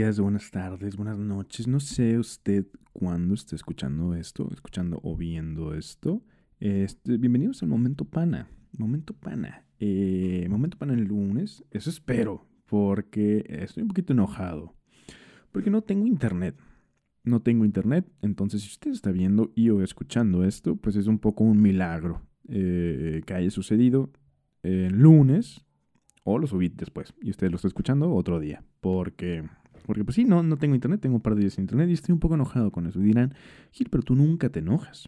días, buenas tardes, buenas noches. No sé usted cuándo esté escuchando o viendo esto. Bienvenidos al Momento Pana. Momento Pana. Momento Pana el lunes. Eso espero, porque estoy un poquito enojado. Porque no tengo internet. No tengo internet, entonces si usted está viendo y o escuchando esto, pues es un poco un milagro que haya sucedido el lunes. O lo subí después y usted lo está escuchando otro día. Porque pues sí, no tengo internet, tengo un par de días sin internet y estoy un poco enojado con eso. Y dirán, Gil, pero tú nunca te enojas.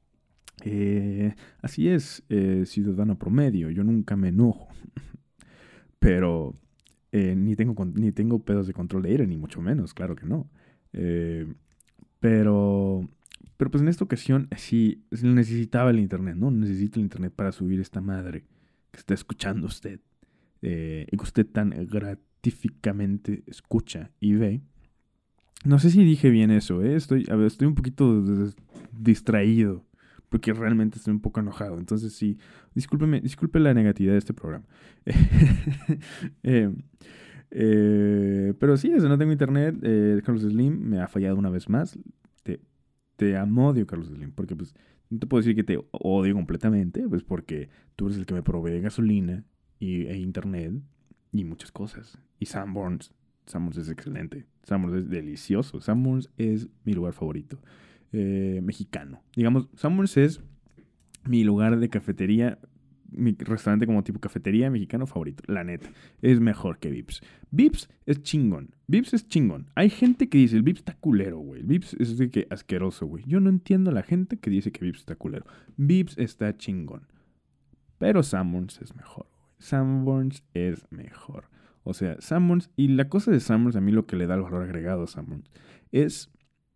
Así es, ciudadano promedio, yo nunca me enojo. Pero ni tengo pedos de control de ira, ni mucho menos, claro que no. Eh, pero, pero pues en esta ocasión sí necesitaba el internet, ¿no? Necesito el internet para subir esta madre que está escuchando usted. Y que usted tan gratíficamente escucha y ve. No sé si dije bien eso, ¿eh? Estoy un poquito distraído, porque realmente estoy un poco enojado. Entonces sí, disculpe la negatividad de este programa. Eh, pero sí, no tengo internet. Carlos Slim me ha fallado una vez más. Te odio, Carlos Slim, porque pues no te puedo decir que te odio completamente, pues porque tú eres el que me provee gasolina e internet y muchas cosas. Y Sanborns. Sanborns es excelente. Sanborns es delicioso. Sanborns es mi lugar favorito. Mexicano. Digamos, Sanborns es mi lugar de cafetería, mi restaurante como tipo cafetería mexicano favorito. La neta. Es mejor que Vips. Vips es chingón. Vips es chingón. Hay gente que dice, el Vips está culero, güey. El Vips es de que asqueroso, güey. Yo no entiendo a la gente que dice que Vips está culero. Vips está chingón. Pero Sanborns es mejor. Sanborns es mejor. O sea, Sanborns, y la cosa de Sanborns, a mí lo que le da el valor agregado a Sanborns es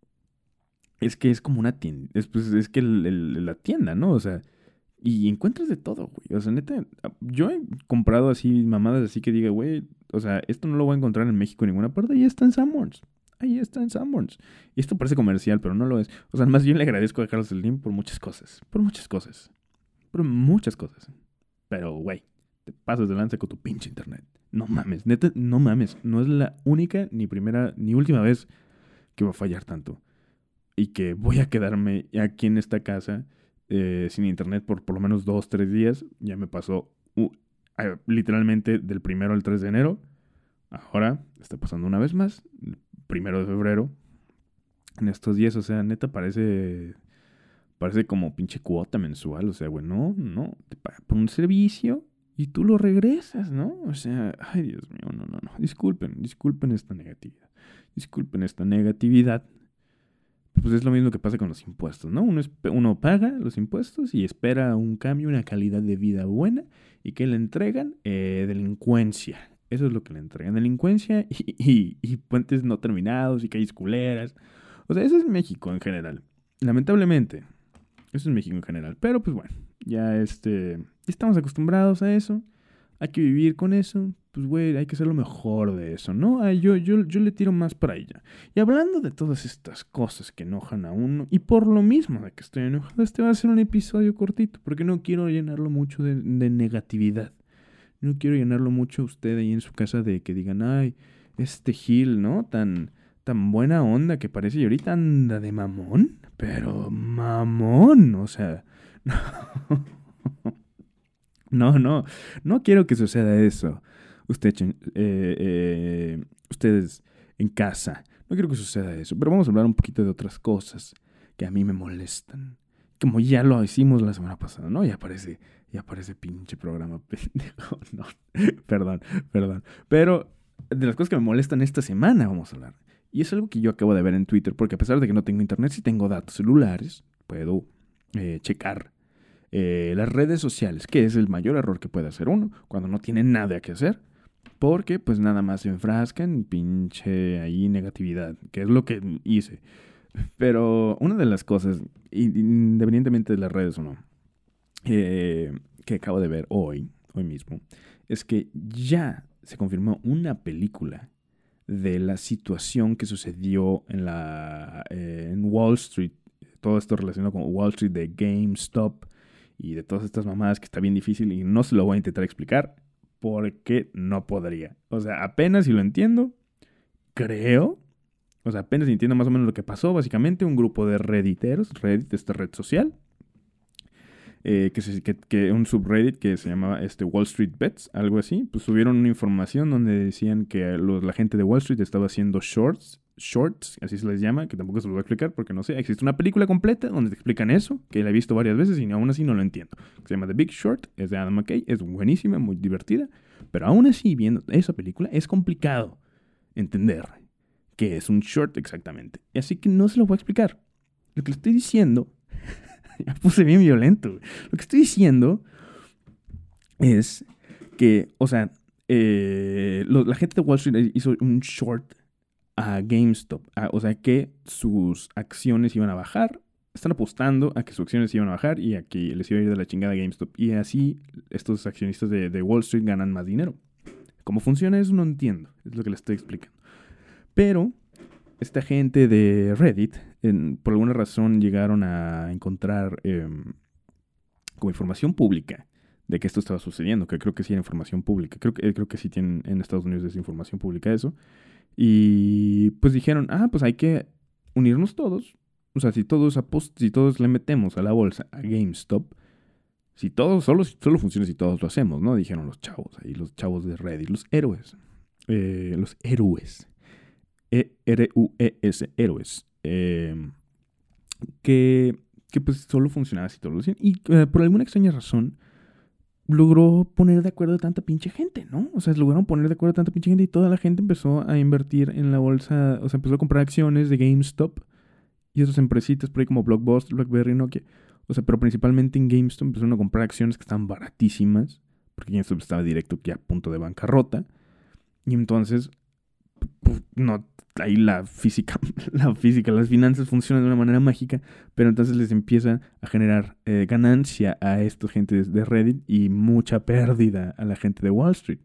que es como una tienda, es que la tienda, ¿no? O sea, y encuentras de todo, güey. O sea, neta, yo he comprado así mamadas así que diga, güey, o sea, esto no lo voy a encontrar en México en ninguna parte, ahí está en Sanborns. Ahí está en Sanborns. Y esto parece comercial, pero no lo es. O sea, más bien le agradezco a Carlos Slim por muchas cosas. Por muchas cosas. Por muchas cosas. Pero, güey, te pasas de lanza con tu pinche internet. No mames, neta, no mames. No es la única, ni primera, ni última vez que va a fallar tanto. Y que voy a quedarme aquí en esta casa sin internet por lo menos 2-3 días. Ya me pasó literalmente del 1 al 3 de enero. Ahora está pasando una vez más. El 1 de febrero. En estos días, o sea, neta parece como pinche cuota mensual. O sea, güey, no, te pagan por un servicio y tú lo regresas, ¿no? O sea, ay, Dios mío, no. Disculpen esta negatividad. Disculpen esta negatividad. Pues es lo mismo que pasa con los impuestos, ¿no? Uno paga los impuestos y espera un cambio, una calidad de vida buena. ¿Y qué le entregan? Delincuencia. Eso es lo que le entregan. Delincuencia y puentes no terminados y calles culeras. O sea, eso es México en general. Lamentablemente. Eso es México en general. Pero pues bueno, ya estamos acostumbrados a eso. Hay que vivir con eso. Pues güey, hay que hacer lo mejor de eso, ¿no? Yo le tiro más para allá. Y hablando de todas estas cosas que enojan a uno, y por lo mismo de que estoy enojado, este va a ser un episodio cortito, porque no quiero llenarlo mucho de negatividad. No quiero llenarlo mucho a usted ahí en su casa de que digan, ay, este Gil, ¿no? Tan buena onda que parece y ahorita anda de mamón, pero mamón, o sea, no quiero que suceda eso. Ustedes en casa, no quiero que suceda eso, pero vamos a hablar un poquito de otras cosas que a mí me molestan. Como ya lo hicimos la semana pasada, ¿no? Ya parece pinche programa pendejo. No, perdón. Pero de las cosas que me molestan esta semana vamos a hablar. Y es algo que yo acabo de ver en Twitter, porque a pesar de que no tengo internet, sí tengo datos celulares, puedo checar las redes sociales, que es el mayor error que puede hacer uno cuando no tiene nada que hacer. Porque pues nada más se enfrasca en pinche ahí negatividad, que es lo que hice. Pero una de las cosas, independientemente de las redes o no, que acabo de ver hoy mismo, es que ya se confirmó una película de la situación que sucedió en Wall Street. Todo esto relacionado con Wall Street de GameStop y de todas estas mamadas que está bien difícil y no se lo voy a intentar explicar porque no podría. O sea, apenas si lo entiendo, creo. O sea, apenas entiendo más o menos lo que pasó. Básicamente, un grupo de redditeros, Reddit, esta red social, que un subreddit que se llamaba Wall Street Bets, algo así, pues subieron una información donde decían que la gente de Wall Street estaba haciendo shorts, así se les llama, que tampoco se los voy a explicar porque no sé. Existe una película completa donde te explican eso, que la he visto varias veces y aún así no lo entiendo. Se llama The Big Short, es de Adam McKay, es buenísima, muy divertida, pero aún así viendo esa película es complicado entender qué es un short exactamente. Así que no se lo voy a explicar. Lo que le estoy diciendo, ya puse bien violento. Lo que estoy diciendo es que, o sea, la gente de Wall Street hizo un short a GameStop. O sea, que sus acciones iban a bajar. Están apostando a que sus acciones iban a bajar y a que les iba a ir de la chingada a GameStop. Y así estos accionistas de Wall Street ganan más dinero. ¿Cómo funciona eso? No entiendo. Es lo que les estoy explicando. Pero esta gente de Reddit, por alguna razón, llegaron a encontrar como información pública de que esto estaba sucediendo, que creo que sí era información pública. Creo que sí tienen en Estados Unidos esa información pública eso. Y pues dijeron, pues hay que unirnos todos. O sea, si todos le metemos a la bolsa a GameStop, si todos, solo funciona si todos lo hacemos, ¿no? Dijeron los chavos ahí, los chavos de Reddit, los héroes. Los héroes. ERUES, héroes. Que pues solo funcionaba si todos lo hacían. Y por alguna extraña razón logró poner de acuerdo a tanta pinche gente, ¿no? O sea, lograron poner de acuerdo a tanta pinche gente y toda la gente empezó a invertir en la bolsa, o sea, empezó a comprar acciones de GameStop y otras empresitas por ahí como Blockbuster, BlackBerry, Nokia. O sea, pero principalmente en GameStop empezaron a comprar acciones que estaban baratísimas, porque GameStop estaba directo ya a punto de bancarrota. Y entonces, pues, no, ahí la física, las finanzas funcionan de una manera mágica, pero entonces les empieza a generar ganancia a esta gente de Reddit y mucha pérdida a la gente de Wall Street.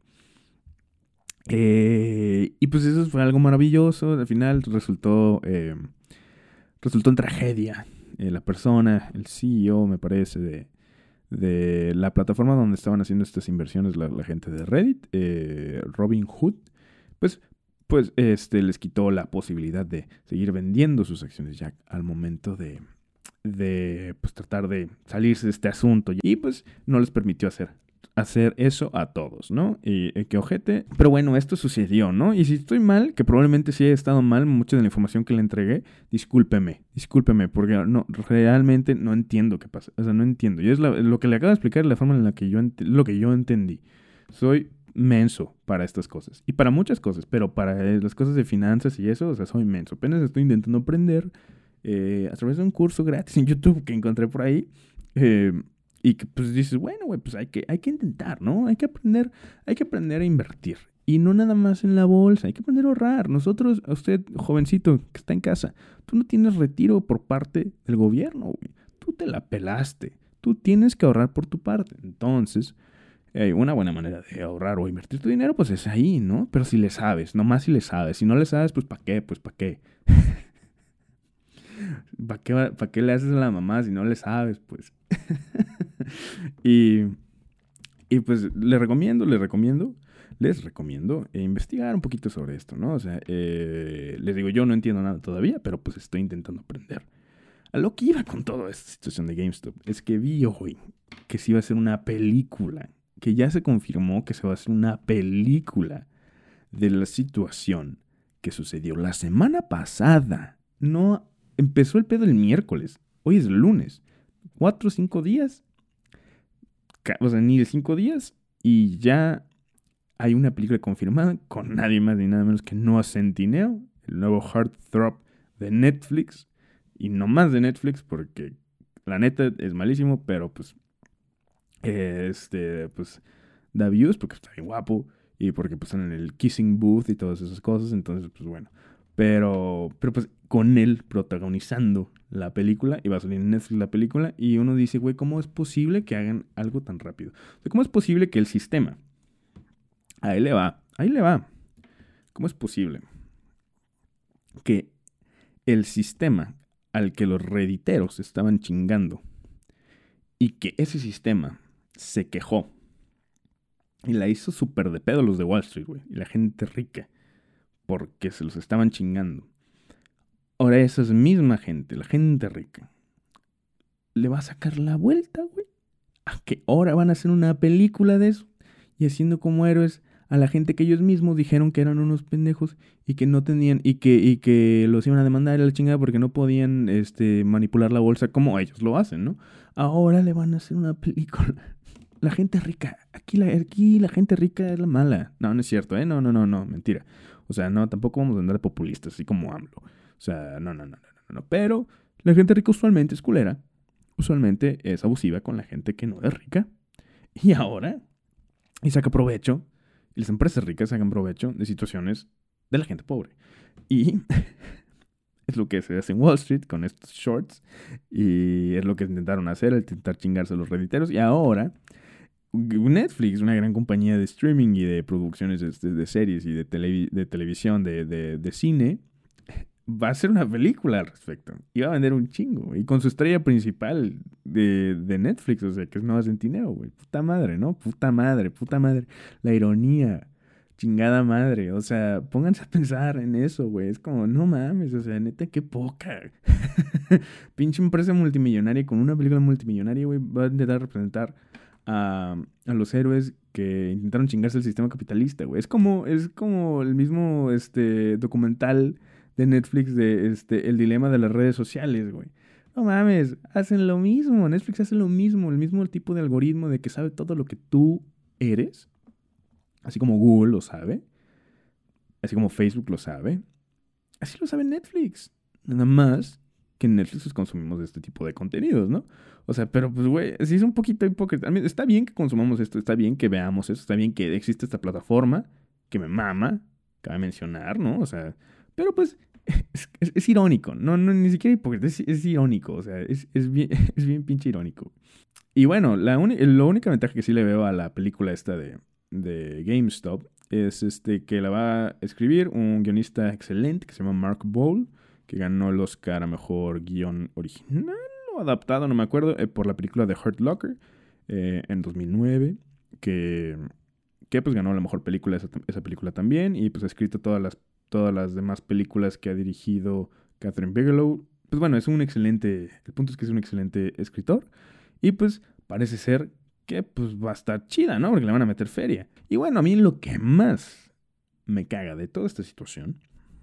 Y pues eso fue algo maravilloso. Al final resultó en tragedia. La persona, el CEO, me parece, de la plataforma donde estaban haciendo estas inversiones, la gente de Reddit, Robinhood, pues les quitó la posibilidad de seguir vendiendo sus acciones ya al momento de pues tratar de salirse de este asunto. Y pues no les permitió hacer eso a todos, ¿no? Y qué ojete. Pero bueno, esto sucedió, ¿no? Y si estoy mal, que probablemente sí haya estado mal mucha de la información que le entregué, discúlpeme, porque no, realmente no entiendo qué pasa. O sea, no entiendo. Y es lo que le acabo de explicar, la forma en la que lo que yo entendí. Soy menso para estas cosas. Y para muchas cosas, pero para las cosas de finanzas y eso, o sea, soy menso. Apenas estoy intentando aprender a través de un curso gratis en YouTube que encontré por ahí. Y que pues dices, bueno, güey, pues hay que intentar, ¿no? Hay que aprender a invertir. Y no nada más en la bolsa, hay que aprender a ahorrar. Nosotros, a usted, jovencito que está en casa, tú no tienes retiro por parte del gobierno, güey. Tú te la pelaste. Tú tienes que ahorrar por tu parte. Entonces, una buena manera de ahorrar o invertir tu dinero, pues es ahí, ¿no? Pero si le sabes, nomás si le sabes. Si no le sabes, pues ¿para qué? Pues ¿para qué? ¿Para qué le haces a la mamá si no le sabes? Pues. y pues les recomiendo investigar un poquito sobre esto, ¿no? O sea, les digo, yo no entiendo nada todavía, pero pues estoy intentando aprender. A lo que iba con toda esta situación de GameStop es que vi hoy que se iba a hacer una película, que ya se confirmó que se va a hacer una película de la situación que sucedió la semana pasada. No empezó el pedo el miércoles, hoy es lunes, 4 o 5 días, o sea, ni de 5 días, y ya hay una película confirmada con nadie más ni nada menos que Noah Centineo, el nuevo Heartthrob de Netflix, y no más de Netflix porque la neta es malísimo, pero pues pues da views porque está bien guapo y porque pues están en el kissing booth y todas esas cosas, entonces pues bueno, pero pues con él protagonizando la película, y va a salir en Netflix la película, y uno dice, güey, ¿cómo es posible que hagan algo tan rápido? O sea, ¿cómo es posible que el sistema, ahí le va, ¿cómo es posible que el sistema al que los redditeros estaban chingando y que ese sistema se quejó y la hizo súper de pedo los de Wall Street, güey, y la gente rica, porque se los estaban chingando. Ahora esa es misma gente, la gente rica, le va a sacar la vuelta, güey. A que ahora van a hacer una película de eso y haciendo como héroes a la gente que ellos mismos dijeron que eran unos pendejos y que no tenían y que los iban a demandar a la chingada porque no podían manipular la bolsa como ellos lo hacen, ¿no? Ahora le van a hacer una película. La gente rica, aquí la gente rica es la mala. No, no es cierto, ¿eh? No, mentira. O sea, no, tampoco vamos a andar populistas, así como AMLO. O sea, no. Pero la gente rica usualmente es culera. Usualmente es abusiva con la gente que no es rica. Y ahora, y saca provecho, y las empresas ricas sacan provecho de situaciones de la gente pobre. Y es lo que se hace en Wall Street con estos shorts. Y es lo que intentaron hacer, el intentar chingarse a los rediteros. Y ahora, Netflix, una gran compañía de streaming y de producciones de series y de televisión, de cine, va a hacer una película al respecto. Y va a vender un chingo. Y con su estrella principal de Netflix, o sea, que es Noah Centineo, güey. Puta madre, ¿no? Puta madre. La ironía. Chingada madre. O sea, pónganse a pensar en eso, güey. Es como, no mames, o sea, neta, qué poca. Pinche empresa multimillonaria con una película multimillonaria, güey, va a intentar representar a los héroes que intentaron chingarse el sistema capitalista, güey. Es como el mismo documental de Netflix de el dilema de las redes sociales, güey. No mames, hacen lo mismo. Netflix hace lo mismo, el mismo tipo de algoritmo de que sabe todo lo que tú eres. Así como Google lo sabe. Así como Facebook lo sabe. Así lo sabe Netflix. Nada más que en Netflix pues, consumimos este tipo de contenidos, ¿no? O sea, pero pues, güey, sí es un poquito hipócrita. Está bien que consumamos esto, está bien que veamos esto, está bien que existe esta plataforma que me mama, cabe mencionar, ¿no? O sea, pero pues es irónico, no, ni siquiera hipócrita, es irónico, o sea, es bien, es bien pinche irónico. Y bueno, la única ventaja que sí le veo a la película esta de GameStop es que la va a escribir un guionista excelente que se llama Mark Bowl, que ganó el Oscar a Mejor Guión Original o Adaptado, no me acuerdo, por la película de Hurt Locker en 2009, que pues ganó la Mejor Película esa película también, y pues ha escrito todas las demás películas que ha dirigido Catherine Bigelow. Pues bueno, el punto es que es un excelente escritor, y pues parece ser que pues va a estar chida, ¿no? Porque le van a meter feria. Y bueno, a mí lo que más me caga de toda esta situación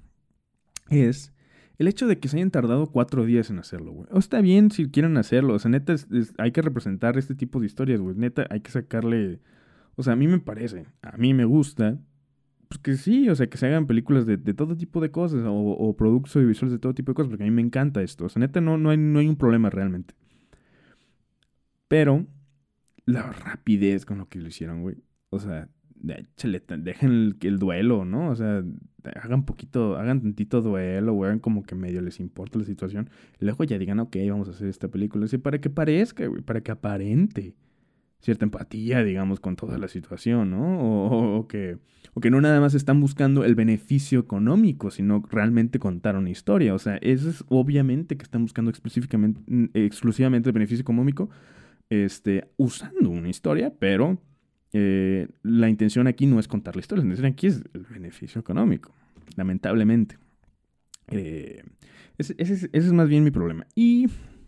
es el hecho de que se hayan tardado 4 días en hacerlo, güey. O está bien si quieren hacerlo. O sea, neta, hay que representar este tipo de historias, güey. Neta, hay que sacarle... O sea, a mí me parece, a mí me gusta, pues que sí, o sea, que se hagan películas de todo tipo de cosas o productos audiovisuales de todo tipo de cosas, porque a mí me encanta esto. O sea, neta, no hay un problema realmente. Pero la rapidez con lo que lo hicieron, güey. O sea, dejen el duelo, ¿no? O sea, hagan tantito duelo, güey, hagan como que medio les importa la situación. Y luego ya digan, ok, vamos a hacer esta película. Así, para que parezca, güey, para que aparente cierta empatía, digamos, con toda la situación, ¿no? O que no nada más están buscando el beneficio económico, sino realmente contar una historia. O sea, eso es obviamente que están buscando exclusivamente el beneficio económico, usando una historia, pero la intención aquí no es contar la historia, la intención aquí es el beneficio económico, lamentablemente. Ese es más bien mi problema. Y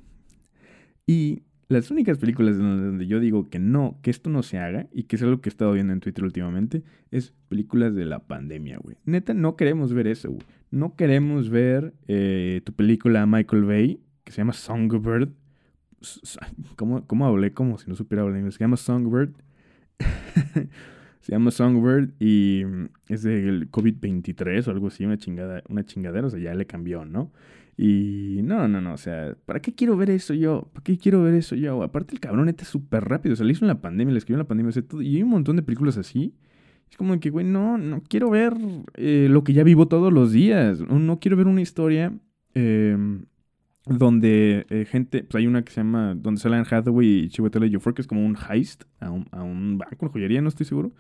las únicas películas donde yo digo que esto no se haga, y que es algo que he estado viendo en Twitter últimamente, es películas de la pandemia, güey. Neta, no queremos ver eso, güey. No queremos ver tu película Michael Bay, que se llama Songbird. ¿Cómo hablé? Como si no supiera hablar inglés. Se llama Songbird. Se llama Songbird y es del COVID-23 o algo así, una chingadera, o sea, ya le cambió, ¿no? Y no, o sea, ¿para qué quiero ver eso yo? ¿Para qué quiero ver eso yo? Aparte el cabrón neta es súper rápido, o sea, le hizo en la pandemia, le escribió en la pandemia, o sea, y hay un montón de películas así. Es como que, güey, no quiero ver lo que ya vivo todos los días, no quiero ver una historia donde gente, pues hay una que se llama, donde sale Anne Hathaway y Chiwetel Ejiofor, que es como un heist a un banco, una joyería, no estoy seguro.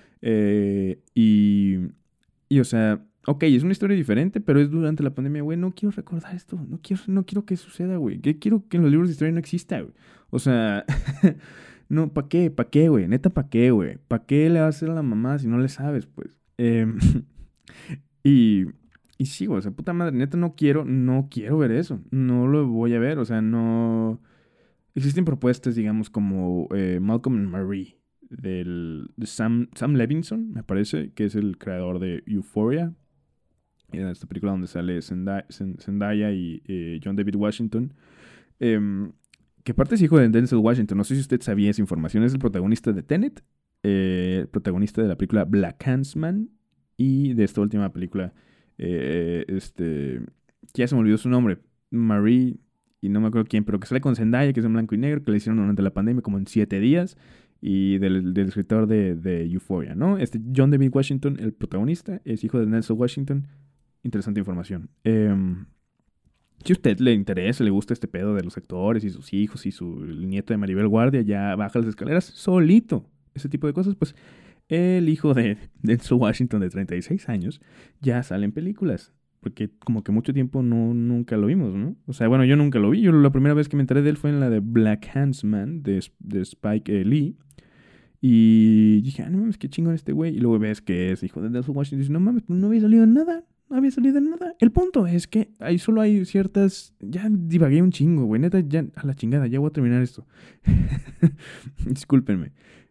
Y o sea, ok, es una historia diferente, pero es durante la pandemia, güey, no quiero recordar esto, no quiero que suceda, güey. Quiero que en los libros de historia no exista, güey. O sea, no, ¿para qué? ¿Para qué, güey? Neta, ¿para qué, güey? ¿Para qué le vas a hacer a la mamá si no le sabes, pues? Y, y sí, güey, o sea, puta madre, neta no quiero ver eso. No lo voy a ver, o sea, no... Existen propuestas, digamos, como Malcolm and Marie, de Sam Levinson, me parece, que es el creador de Euphoria. Esta película donde sale Zendaya y John David Washington. em, que aparte es hijo de Denzel Washington. No sé si usted sabía esa información. Es el protagonista de Tenet, el protagonista de la película Black Clansman y de esta última película, que ya se me olvidó su nombre, Marie, y no me acuerdo quién, pero que sale con Zendaya, que es en blanco y negro, que le hicieron durante la pandemia como en 7 días, y del escritor de Euphoria, ¿no? John David Washington, el protagonista, es hijo de Denzel Washington. Interesante información. Si a usted le interesa, le gusta este pedo de los actores y sus hijos y el nieto de Maribel Guardia ya baja las escaleras solito, ese tipo de cosas, pues el hijo de Denzel Washington de 36 años ya sale en películas. Porque como que mucho tiempo nunca lo vimos, ¿no? O sea, bueno, yo nunca lo vi. Yo la primera vez que me enteré de él fue en la de Black Handsman de Spike Lee. Y dije, no mames, qué chingón este güey. Y luego ves que es hijo de Denzel Washington y dices, no mames, no había salido en nada. No había salido en nada. El punto es que ahí solo hay ciertas... Ya divagué un chingo, güey. Neta, ya a la chingada, ya voy a terminar esto. Discúlpenme.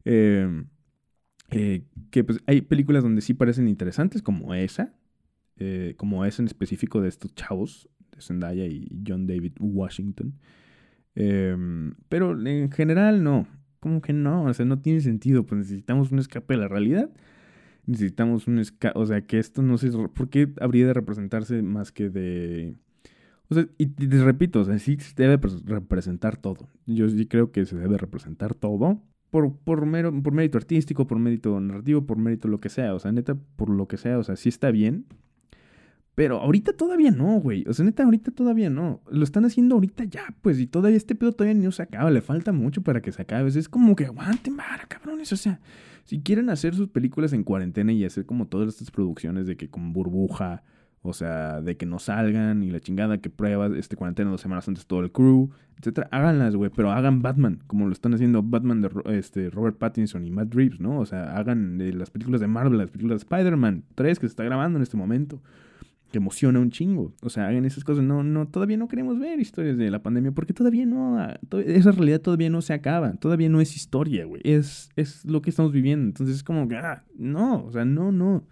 Que pues hay películas donde sí parecen interesantes, como esa en específico de estos chavos, de Zendaya y John David Washington. Pero en general no. ¿Cómo que no? O sea, no tiene sentido. Pues necesitamos un escape de la realidad. Necesitamos o sea, que esto no se... ¿Por qué habría de representarse más que de... O sea, y te repito, o sea, sí se debe representar todo. Yo sí creo que se debe representar todo. Por mérito artístico, por mérito narrativo, por mérito lo que sea. O sea, neta, por lo que sea. O sea, sí está bien. Pero ahorita todavía no, güey. O sea, neta, ahorita todavía no. Lo están haciendo ahorita ya, pues. Y todavía este pedo todavía no se acaba. Le falta mucho para que se acabe. Es como que aguanten, vara, cabrones. O sea, si quieren hacer sus películas en cuarentena y hacer como todas estas producciones de que con burbuja, o sea, de que no salgan y la chingada que pruebas, cuarentena 2 semanas antes todo el crew, etcétera, háganlas, güey. Pero hagan Batman, como lo están haciendo Batman de Robert Pattinson y Matt Reeves, ¿no? O sea, hagan las películas de Marvel, las películas de Spider-Man 3 que se está grabando en este momento. Que emociona un chingo. O sea, hagan esas cosas. Todavía no queremos ver historias de la pandemia porque todavía esa realidad todavía no se acaba. Todavía no es historia, güey. Es lo que estamos viviendo. Entonces es como que, no, o sea, no.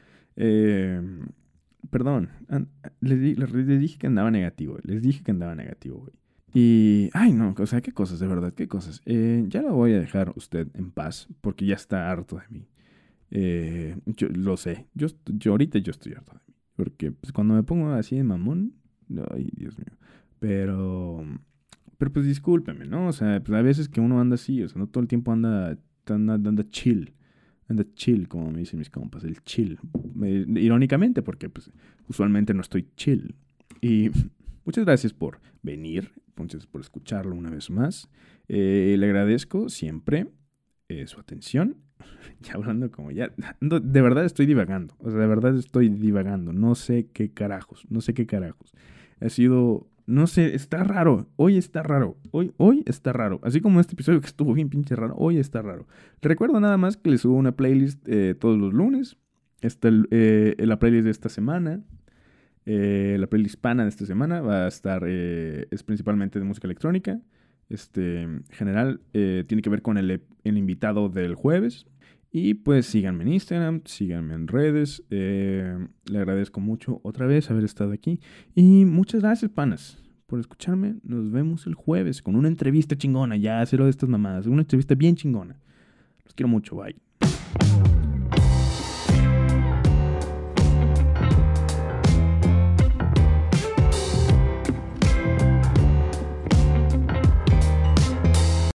Perdón. Les dije que andaba negativo. Les dije que andaba negativo, güey. Y, ay, no, o sea, qué cosas, de verdad, qué cosas. Ya lo voy a dejar usted en paz porque ya está harto de mí. Yo lo sé. Yo ahorita yo estoy harto de mí. Porque pues, cuando me pongo así de mamón, ay, Dios mío. Pero pues discúlpeme, ¿no? O sea, pues a veces que uno anda así, o sea, no todo el tiempo anda chill. Anda chill, como me dicen mis compas, el chill. Irónicamente, porque pues usualmente no estoy chill. Y muchas gracias por venir, muchas gracias por escucharlo una vez más. Le agradezco siempre su atención. Ya hablando como ya... De verdad estoy divagando. O sea, de verdad estoy divagando. No sé qué carajos. Ha sido... No sé, está raro. Hoy está raro. Hoy está raro. Así como este episodio que estuvo bien pinche raro. Hoy está raro. Recuerdo nada más que les subo una playlist todos los lunes. Está la playlist de esta semana. La playlist hispana de esta semana va a estar... es principalmente de música electrónica. General tiene que ver con el invitado del jueves. Y pues síganme en Instagram, síganme en redes. Le agradezco mucho otra vez haber estado aquí. Y muchas gracias, panas, por escucharme. Nos vemos el jueves con una entrevista chingona. Ya, cero de estas mamadas. Una entrevista bien chingona. Los quiero mucho, bye.